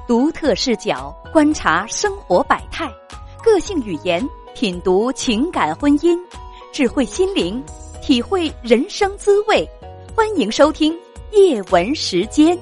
独特视角观察生活百态，个性语言品读情感婚姻，智慧心灵体会人生滋味。欢迎收听叶文时间。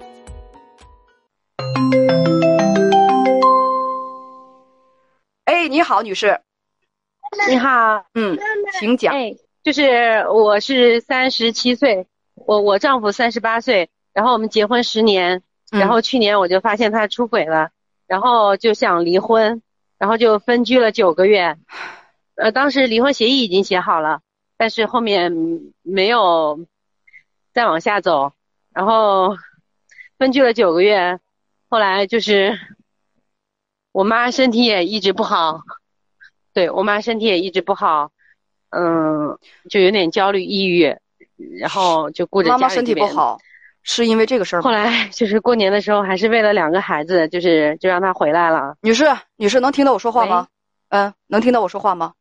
哎，你好，女士。 你好。 请讲。 就是我是37岁，我丈夫38岁，然后我们结婚10年，然后去年我就发现他出轨了，然后就想离婚，然后就分居了9个月。当时离婚协议已经写好了，但是后面没有再往下走，然后分居了9个月，后来就是我妈身体也一直不好，对，我妈身体也一直不好，就有点焦虑抑郁，然后就顾着家里这边。 妈妈身体不好是因为这个事儿吗？ 后来就是过年的时候还是为了2个孩子，就让她回来了。 女士能听到我说话吗？能听到我说话吗？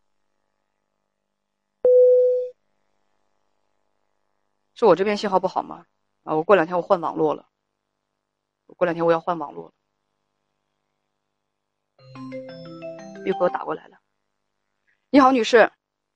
是我这边信号不好吗？我过2天我换网络了，过2天我要换网络了。又给我打过来了。你好，女士。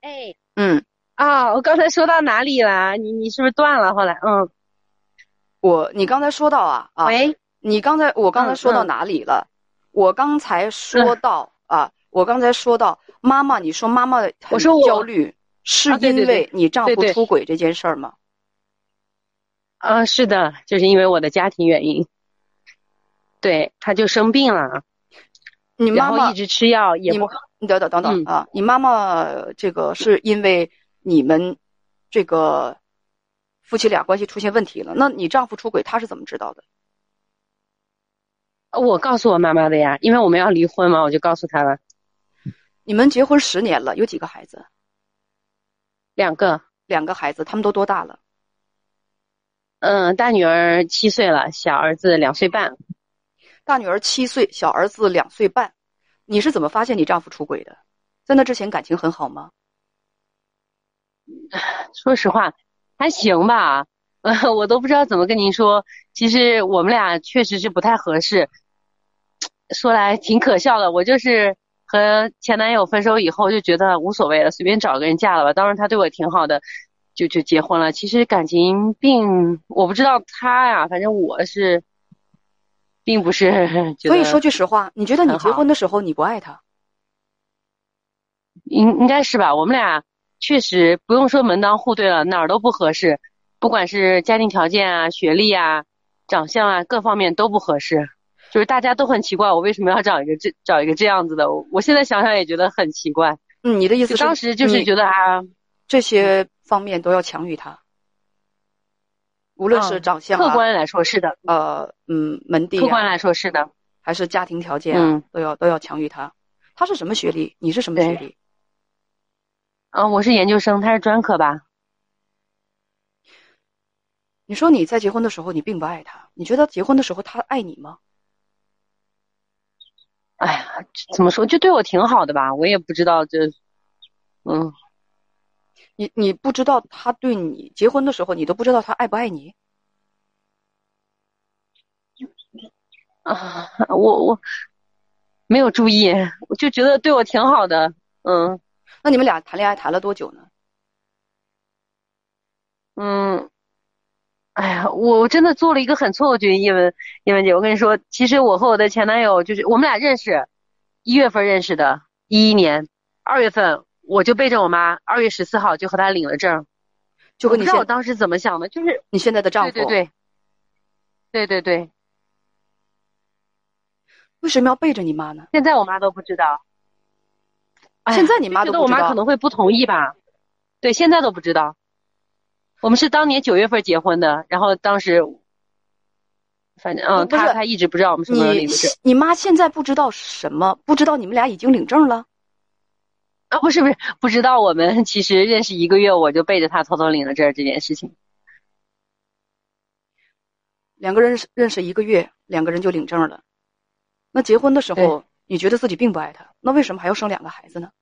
我刚才说到哪里了？你是不是断了？后来你刚才说到喂， 我刚才说到哪里了？我刚才说到妈妈，你说妈妈很焦虑，是因为你丈夫出轨这件事儿吗？ 是的，就是因为我的家庭原因。对，他就生病了， 你妈妈然后一直吃药也不好。 你等等啊！你妈妈这个是因为你们这个夫妻俩关系出现问题了，那你丈夫出轨他是怎么知道的？ 我告诉我妈妈的呀，因为我们要离婚嘛，我就告诉她了。 你们结婚10年了，有几个孩子？2个孩子，他们都多大了？ 大女儿7岁了，小儿子2岁半。 大女儿7岁，小儿子2岁半。你是怎么发现你丈夫出轨的？在那之前感情很好吗？ 说实话，还行吧。我都不知道怎么跟您说。其实我们俩确实是不太合适。说来挺可笑的，我就是和前男友分手以后就觉得无所谓了，随便找个人嫁了吧。当然他对我挺好的，就结婚了。其实感情我不知道他呀，反正我是并不是觉得。 所以说句实话，你觉得你结婚的时候你不爱他？ 应该是吧。我们俩确实不用说门当户对了，哪儿都不合适，不管是家庭条件啊、学历啊、长相啊，各方面都不合适。就是大家都很奇怪，我为什么要找一个这样子的？我现在想想也觉得很奇怪。 你的意思是当时就是觉得这些方面都要强于他，无论是长相客观来说是的。 门第客观来说是的， 还是家庭条件都要强于他。他是什么学历？你是什么学历？ 我是研究生，他是专科吧。 你说你在结婚的时候你并不爱他，你觉得结婚的时候他爱你吗？ 哎呀，怎么说，就对我挺好的吧，我也不知道你不知道他对你结婚的时候，你都不知道他爱不爱你？ 我没有注意，我就觉得对我挺好的。 那你们俩谈恋爱谈了多久呢？ 哎呀，我真的做了一个很错误决定，叶文姐，我跟你说，其实我和我的前男友就是我们俩认识1月份认识的，11年2月份我就背着我妈2月14号就和他领了证， 就跟你不知道我当时怎么想的，就是你现在的丈夫。 对， 为什么要背着你妈呢？ 现在我妈都不知道。 现在你妈都不知道？ 觉得我妈可能会不同意吧。对，现在都不知道。我们是当年9月份结婚的，然后当时反正他一直不知道我们什么时候领的证。 你妈现在不知道什么？不知道你们俩已经领证了？ 不是，不知道我们其实认识1个月我就背着他偷偷领了证这件事情。 2个人认识1个月，2个人就领证了。那结婚的时候你觉得自己并不爱他，那为什么还要生2个孩子呢？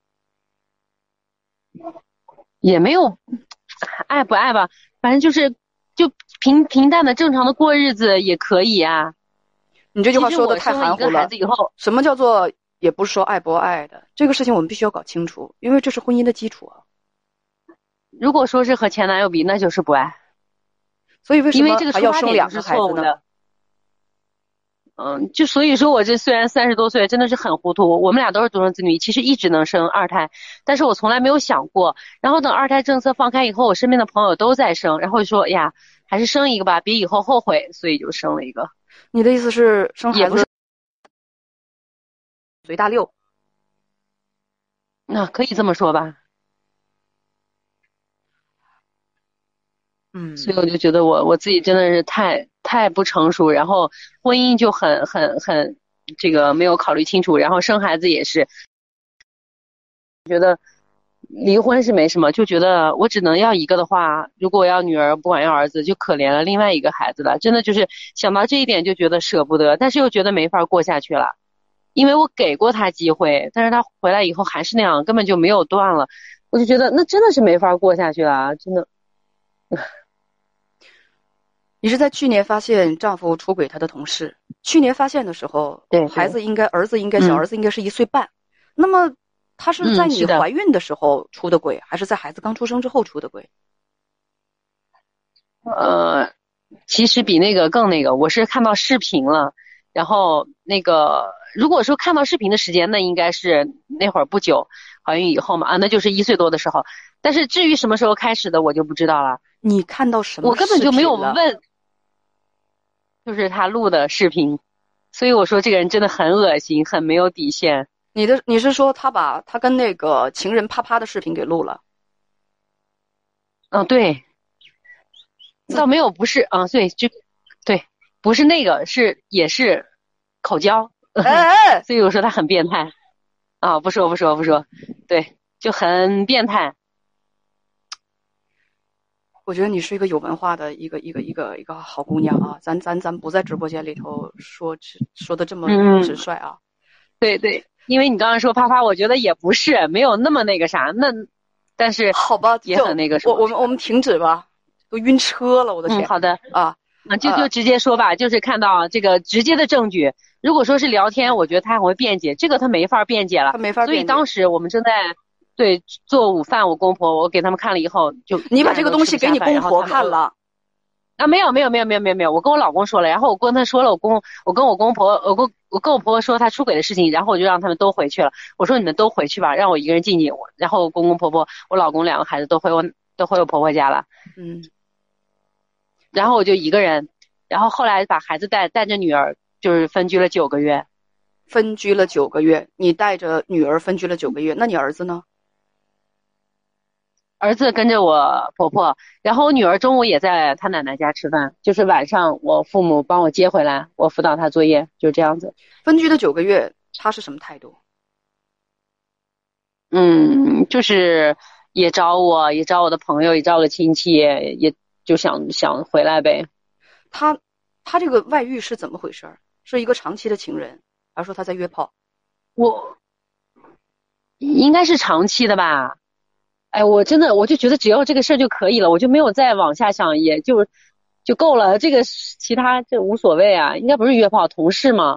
也没有爱不爱吧，反正就平淡的正常的过日子也可以啊。 你这句话说的太含糊了。 孩子以后， 什么叫做也不是说爱不爱的，这个事情我们必须要搞清楚，因为这是婚姻的基础啊。 如果说是和前男友比，那就是不爱。 所以为什么这个还要生2个孩子呢？ 就所以说我这虽然30多岁，真的是很糊涂。我们俩都是独生子女，其实一直能生2胎，但是我从来没有想过。然后等2胎政策放开以后，我身边的朋友都在生，然后就说呀，还是生一个吧，别以后后悔，所以就生了一个。 你的意思是生孩子随大溜？ 那可以这么说吧。所以我就觉得我自己真的是太不成熟，然后婚姻就很这个没有考虑清楚，然后生孩子也是觉得离婚是没什么，就觉得我只能要一个的话，如果我要女儿不管要儿子就可怜了另外一个孩子了，真的就是想到这一点就觉得舍不得，但是又觉得没法过下去了，因为我给过他机会，但是他回来以后还是那样，根本就没有断了，我就觉得那真的是没法过下去了，真的。 你是在去年发现丈夫出轨他的同事，去年发现的时候， 对， 儿子应该小儿子应该是1岁半，那么他是在你怀孕的时候出的轨，还是在孩子刚出生之后出的轨？ 其实比那个更那个，我是看到视频了，然后那个如果说看到视频的时间，那应该是那会儿不久怀孕以后嘛，那就是1岁多的时候，但是至于什么时候开始的我就不知道了。 你看到什么？ 我根本就没有问，就是他录的视频，所以我说这个人真的很恶心，很没有底线。 你是说他把他跟那个情人啪啪的视频给录了？ 对，倒没有，不是，对，不是那个，也是口交，所以我说他很变态啊，不说，对，就很变态。 我觉得你是一个有文化的一个好姑娘啊，咱不在直播间里头说的这么直率啊。 对，因为你刚刚说啪啪，我觉得也不是，没有那么那个啥，但是好吧， 也很那个什么。 我们停止吧，都晕车了，我的天。 好的啊， 就直接说吧，就是看到这个直接的证据。如果说是聊天，我觉得他还会辩解，这个他没法辩解了， 他没法辩解。 所以当时我们正在做午饭，我公婆我给他们看了以后，就你把这个东西给你公婆看了？ 没有，我跟我老公说了，然后我跟他说了，我跟我公婆，我跟我婆婆说他出轨的事情，然后我就让他们都回去了。我说你们都回去吧，让我一个人静静。然后我公公婆婆、我老公2个孩子都回我婆婆家了。然后我就一个人，然后后来把孩子带着女儿，就是分居了9个月。 分居了9个月，你带着女儿分居了9个月，那你儿子呢？ 儿子跟着我婆婆，然后我女儿中午也在她奶奶家吃饭，就是晚上我父母帮我接回来，我辅导她作业，就这样子。 分居的9个月，他是什么态度？ 就是也找我的朋友，也找我的亲戚，也就想回来呗。 他这个外遇是怎么回事？是一个长期的情人，还是说他在约炮？ 我应该是长期的吧。我真的我就觉得只要这个事儿就可以了，我就没有再往下想，也就够了。这个其他这无所谓啊，应该不是约炮，同事吗？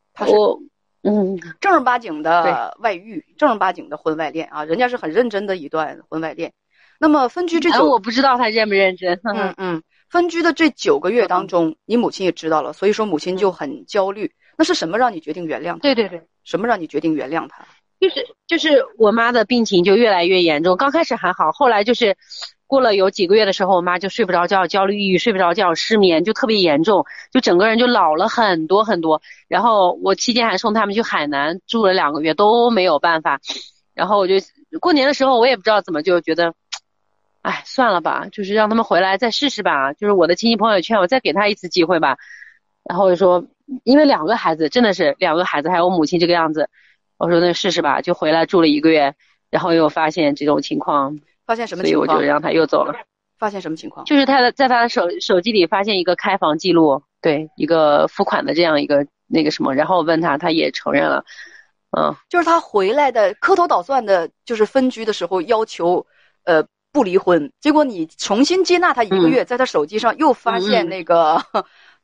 正儿八经的外遇，正儿八经的婚外恋啊，人家是很认真的一段婚外恋。那么分居这我不知道他认不认真。 分居的这9个月当中，你母亲也知道了，所以说母亲就很焦虑。那是什么让你决定原谅他？ 对， 什么让你决定原谅他？ 就是我妈的病情就越来越严重，刚开始还好，后来就是过了有几个月的时候，我妈就睡不着觉，焦虑抑郁，睡不着觉，失眠，就特别严重，就整个人就老了很多很多。然后我期间还送他们去海南住了2个月，都没有办法。然后我就过年的时候，我也不知道怎么就觉得，算了吧，就是让他们回来再试试吧。就是我的亲戚朋友劝我再给他一次机会吧。然后我就说，因为2个孩子真的是2个孩子，还有我母亲这个样子。我说那试试吧，就回来住了1个月，然后又发现这种情况。 发现什么情况？ 所以我就让他又走了。 发现什么情况？ 就是在他的手机里发现一个开房记录，对，一个付款的这样一个那个什么，然后我问他，他也承认了。 就是他回来的磕头捣蒜的，就是分居的时候要求不离婚，结果你重新接纳他1个月，在他手机上又发现那个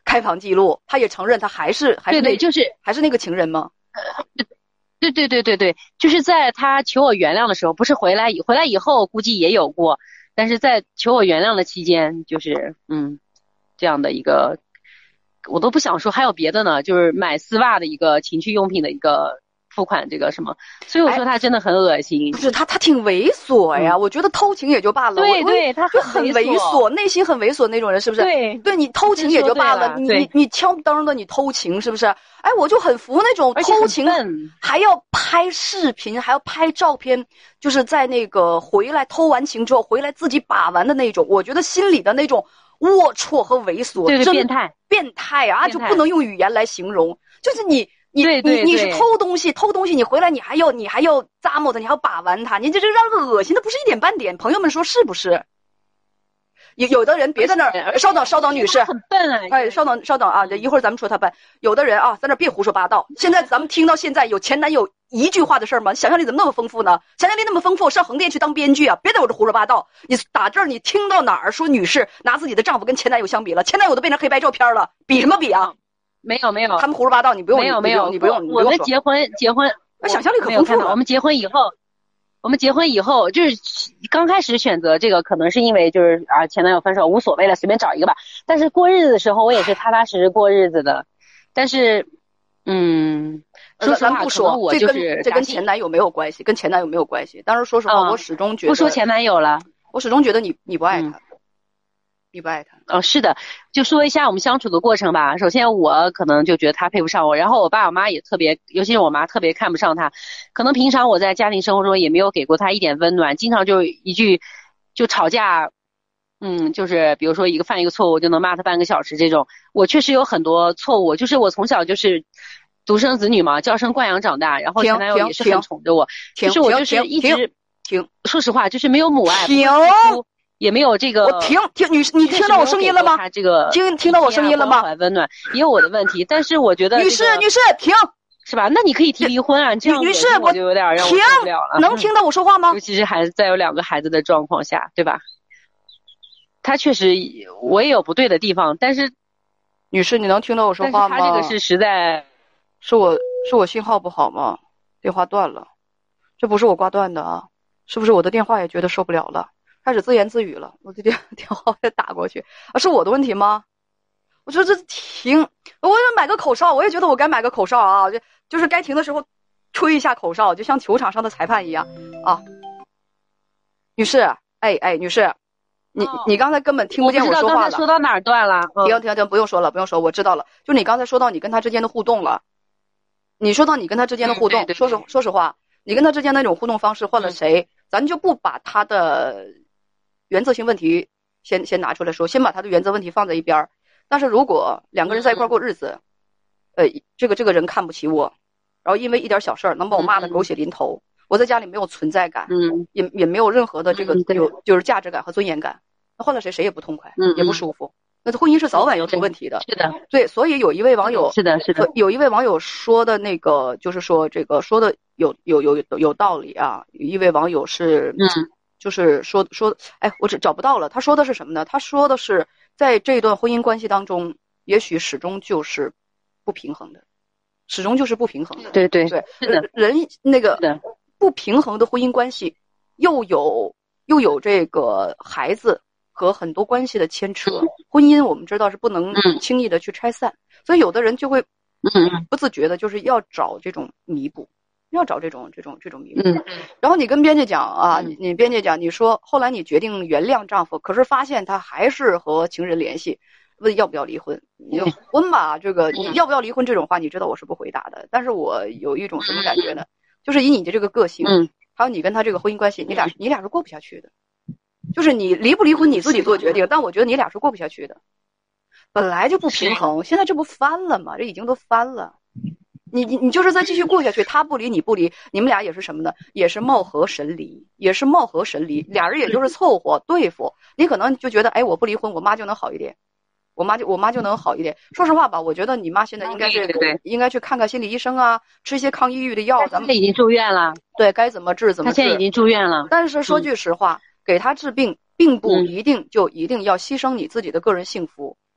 开房记录，他也承认他还是对，就是还是那个情人吗？ 对，就是在他求我原谅的时候，不是回来以后估计也有过，但是在求我原谅的期间，就是这样的一个，我都不想说还有别的呢，就是买丝袜的一个情趣用品的一个付款这个什么，所以我说他真的很恶心。 不是他挺猥琐呀，我觉得偷情也就罢了， 对，他很猥琐，内心很猥琐那种人，是不是？对，你偷情也就罢了，你敲灯的你偷情是不是？哎，我就很服那种偷情还要拍视频，还要拍照片，就是在那个回来偷完情之后回来自己把玩的那种，我觉得心里的那种龌龊和猥琐， 对， 真变态啊，就不能用语言来形容，就是你是偷东西，你回来你还要咂摸它，你还要把玩它，你这让人恶心的不是一点半点。朋友们说是不是？有的人别在那儿，稍等，女士， 很笨啊！ 哎，稍等啊，一会儿咱们说他笨。有的人啊，在那别胡说八道。现在咱们听到现在有前男友一句话的事儿吗？想象力怎么那么丰富呢？想象力那么丰富，上横店去当编剧啊！别在我这胡说八道。你打这儿你听到哪儿说女士拿自己的丈夫跟前男友相比了？前男友都变成黑白照片了，比什么比啊？ 没有， 他们胡说八道，你不用， 没有， 你不用。 我们结婚， 想象力可丰富了。 我们结婚以后，就是刚开始选择这个，可能是因为就是前男友分手无所谓了，随便找一个吧。但是过日子的时候，我也是踏踏实实过日子的。但是，说实话， 不说我就是这跟前男友没有关系，跟前男友没有关系。但是说实话，我始终觉得不说前男友了， 我始终觉得你不爱他。你不爱他？ 是的，就说一下我们相处的过程吧。首先我可能就觉得他配不上我，然后我爸我妈也特别，尤其是我妈特别看不上他。可能平常我在家庭生活中也没有给过他一点温暖，经常就一句就吵架，就是比如说犯一个错误就能骂他半个小时这种。我确实有很多错误，就是我从小就是独生子女嘛，娇生惯养长大，然后前男友也是很宠着我，就是我就是一直说实话就是没有母爱，也没有这个。 我停，女士，你听到我声音了吗？ 他这个听到我声音了吗？ 温暖也有我的问题，但是我觉得、 女士停， 是吧？那你可以提离婚啊，这样女士我就有点让我受不了了。 能听到我说话吗？ 尤其是在有2个孩子的状况下，对吧？他确实我也有不对的地方，但是女士，你能听到我说话吗？ 但是他这个是实在， 是我信号不好吗？电话断了，这不是我挂断的啊，是不是我的电话也觉得受不了了？开始自言自语了，我这电话再打过去是我的问题吗？我说这停，我要买个口哨，我也觉得我该买个口哨啊，就是该停的时候吹一下口哨，就像球场上的裁判一样啊。女士，女士，你刚才根本听不见我说话了。 刚才说到哪儿断了？ 停，不用说了，我知道了。就你刚才说到你跟他之间的互动了，你说到你跟他之间的互动， 对说实话，你跟他之间那种互动方式换了谁，咱就不把他的原则性问题先拿出来说，先把他的原则问题放在一边。但是如果2个人在一块过日子，这个人看不起我，然后因为一点小事儿能把我骂得狗血淋头，我在家里没有存在感，也没有任何的这个就是价值感和尊严感，那换了谁也不痛快，也不舒服。那婚姻是早晚要出问题的。 是的， 对，所以有一位网友是的， 有一位网友说的那个，就是说这个说的有道理啊。有一位网友是就是说，我找不到了。他说的是什么呢？他说的是，在这段婚姻关系当中，也许始终就是不平衡的，始终就是不平衡的。 对， 人那个不平衡的婚姻关系，又有这个孩子和很多关系的牵扯。婚姻我们知道是不能轻易的去拆散，所以有的人就会不自觉的就是要找这种弥补。要找这种弥补。然后你跟编辑讲啊，你编辑讲，你说后来你决定原谅丈夫，可是发现他还是和情人联系，问要不要离婚？你就婚吧，这个你要不要离婚这种话，你知道我是不回答的。但是我有一种什么感觉呢？就是以你的这个个性，还有你跟他这个婚姻关系，你俩是过不下去的。就是你离不离婚你自己做决定，但我觉得你俩是过不下去的。本来就不平衡，现在这不翻了吗？这已经都翻了。你就是再继续过下去，他不离你不离，你们俩也是什么呢？也是貌合神离，俩人也就是凑合对付。你可能就觉得，我不离婚，我妈就能好一点，我妈就能好一点。说实话吧，我觉得你妈现在应该去看看心理医生啊，吃一些抗抑郁的药。咱们已经住院了， 对该怎么治怎么治。 他现在已经住院了， 但是说句实话，给他治病并不一定要牺牲你自己的个人幸福。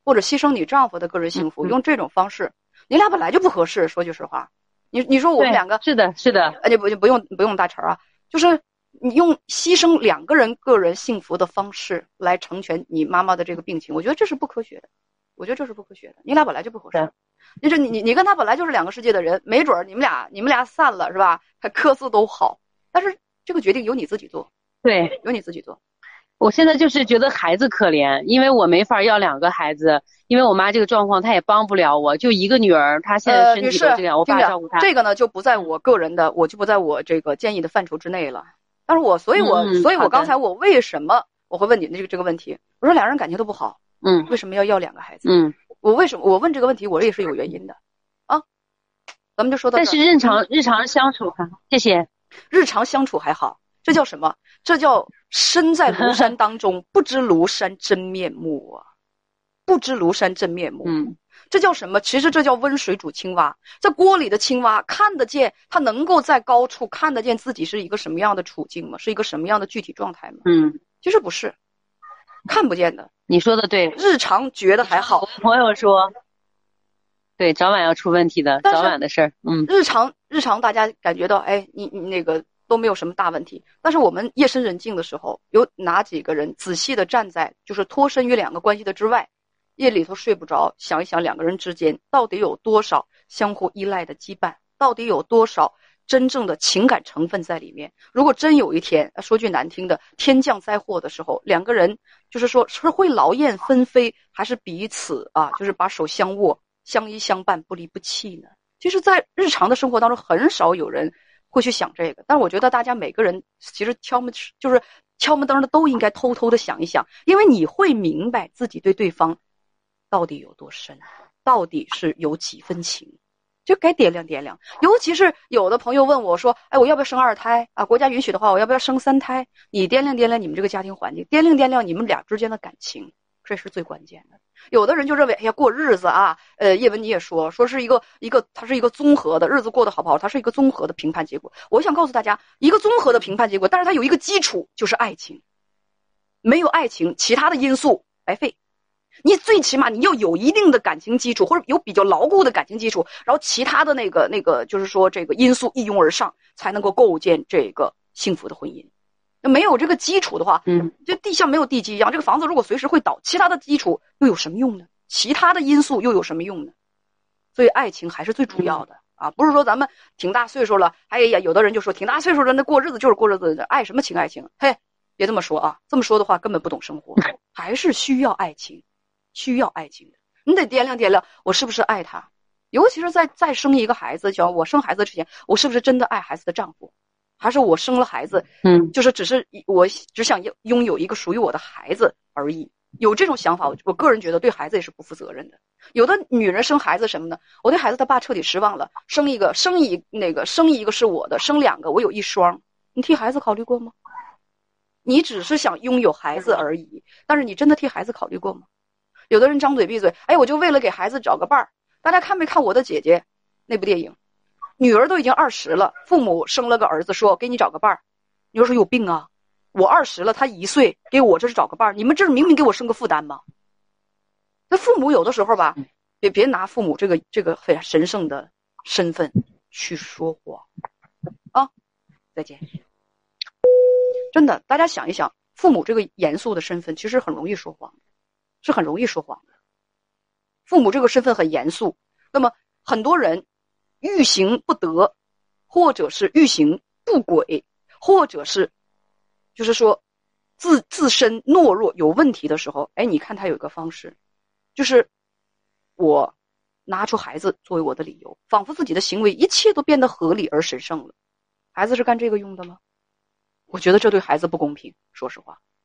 或者牺牲你丈夫的个人幸福，用这种方式，你俩本来就不合适。说句实话，你说我们两个是的， 你不用大词啊，就是你用牺牲2个人个人幸福的方式来成全你妈妈的这个病情，我觉得这是不科学的。你俩本来就不合适。就是你跟他本来就是2个世界的人，没准你们俩散了是吧？还各自都好，但是这个决定由你自己做。 对， 由你自己做。 我现在就是觉得孩子可怜，因为我没法要2个孩子，因为我妈这个状况，她也帮不了我，就一个女儿，她现在身体都这样，我爸照顾她。 这个呢就不在我个人的，就不在我这个建议的范畴之内了。但是所以我刚才我为什么我会问你这个问题？我说2人感情都不好，为什么要2个孩子？我问这个问题，我也是有原因的啊。咱们就说到这。 但是日常相处哈，谢谢。 日常相处还好，这叫什么？这叫身在庐山当中，不知庐山真面目啊！不知庐山真面目。这叫什么？其实这叫温水煮青蛙。在锅里的青蛙看得见，它能够在高处看得见自己是一个什么样的处境吗？是一个什么样的具体状态吗？其实不是，看不见的。 你说的对。 日常觉得还好。 我朋友说，对，早晚要出问题的，早晚的事儿。 日常大家感觉到，哎，你那个都没有什么大问题。但是我们夜深人静的时候，有哪几个人仔细的站在就是脱身于2个关系的之外，夜里头睡不着，想一想2个人之间到底有多少相互依赖的羁绊，到底有多少真正的情感成分在里面。如果真有一天说句难听的，天降灾祸的时候，2个人就是说是会劳燕分飞，还是彼此就是把手相握，相依相伴，不离不弃呢？其实在日常的生活当中很少有人会去想这个，但是我觉得大家每个人其实敲门灯的都应该偷偷的想一想，因为你会明白自己对对方到底有多深，到底是有几分情，就该掂量掂量。尤其是有的朋友问我说，哎，我要不要生2胎啊？国家允许的话，我要不要生3胎？你掂量掂量你们这个家庭环境，掂量掂量你们俩之间的感情，这是最关键的。有的人就认为，哎呀，过日子啊，叶文你也说是它是一个综合的，日子过得好不好，它是一个综合的评判结果。我想告诉大家，一个综合的评判结果，但是它有一个基础，就是爱情。没有爱情，其他的因素白费。你最起码你要有一定的感情基础，或者有比较牢固的感情基础，然后其他的那个就是说这个因素一拥而上，才能够构建这个幸福的婚姻。没有这个基础的话，就地像没有地基一样，这个房子如果随时会倒，其他的基础又有什么用呢？其他的因素又有什么用呢？所以爱情还是最主要的啊！不是说咱们挺大岁数了，哎呀，有的人就说挺大岁数了，那过日子就是过日子，爱什么情爱情？嘿，别这么说啊！这么说的话根本不懂生活，还是需要爱情，需要爱情的。你得掂量掂量，我是不是爱他？尤其是再生一个孩子，我生孩子之前，我是不是真的爱孩子的丈夫？还是我生了孩子，就是我只想拥有一个属于我的孩子而已。有这种想法，我个人觉得对孩子也是不负责任的。有的女人生孩子什么呢？我对孩子他爸彻底失望了，生一个是我的，生2个我有1双。你替孩子考虑过吗？你只是想拥有孩子而已，但是你真的替孩子考虑过吗？有的人张嘴闭嘴，哎，我就为了给孩子找个伴儿。大家看没看我的姐姐那部电影？女儿都已经20了，父母生了个儿子，说给你找个伴儿。你说有病啊！我20了，他1岁，给我这是找个伴儿，你们这是明明给我生个负担吗？那父母有的时候吧，别拿父母这个很神圣的身份去说谎啊！再见。真的，大家想一想，父母这个严肃的身份其实很容易说谎，是很容易说谎的。父母这个身份很严肃，那么很多人欲行不得，或者是欲行不轨，或者是就是说自身懦弱有问题的时候，哎，你看他有一个方式，就是我拿出孩子作为我的理由，仿佛自己的行为一切都变得合理而神圣了。孩子是干这个用的吗？我觉得这对孩子不公平，说实话。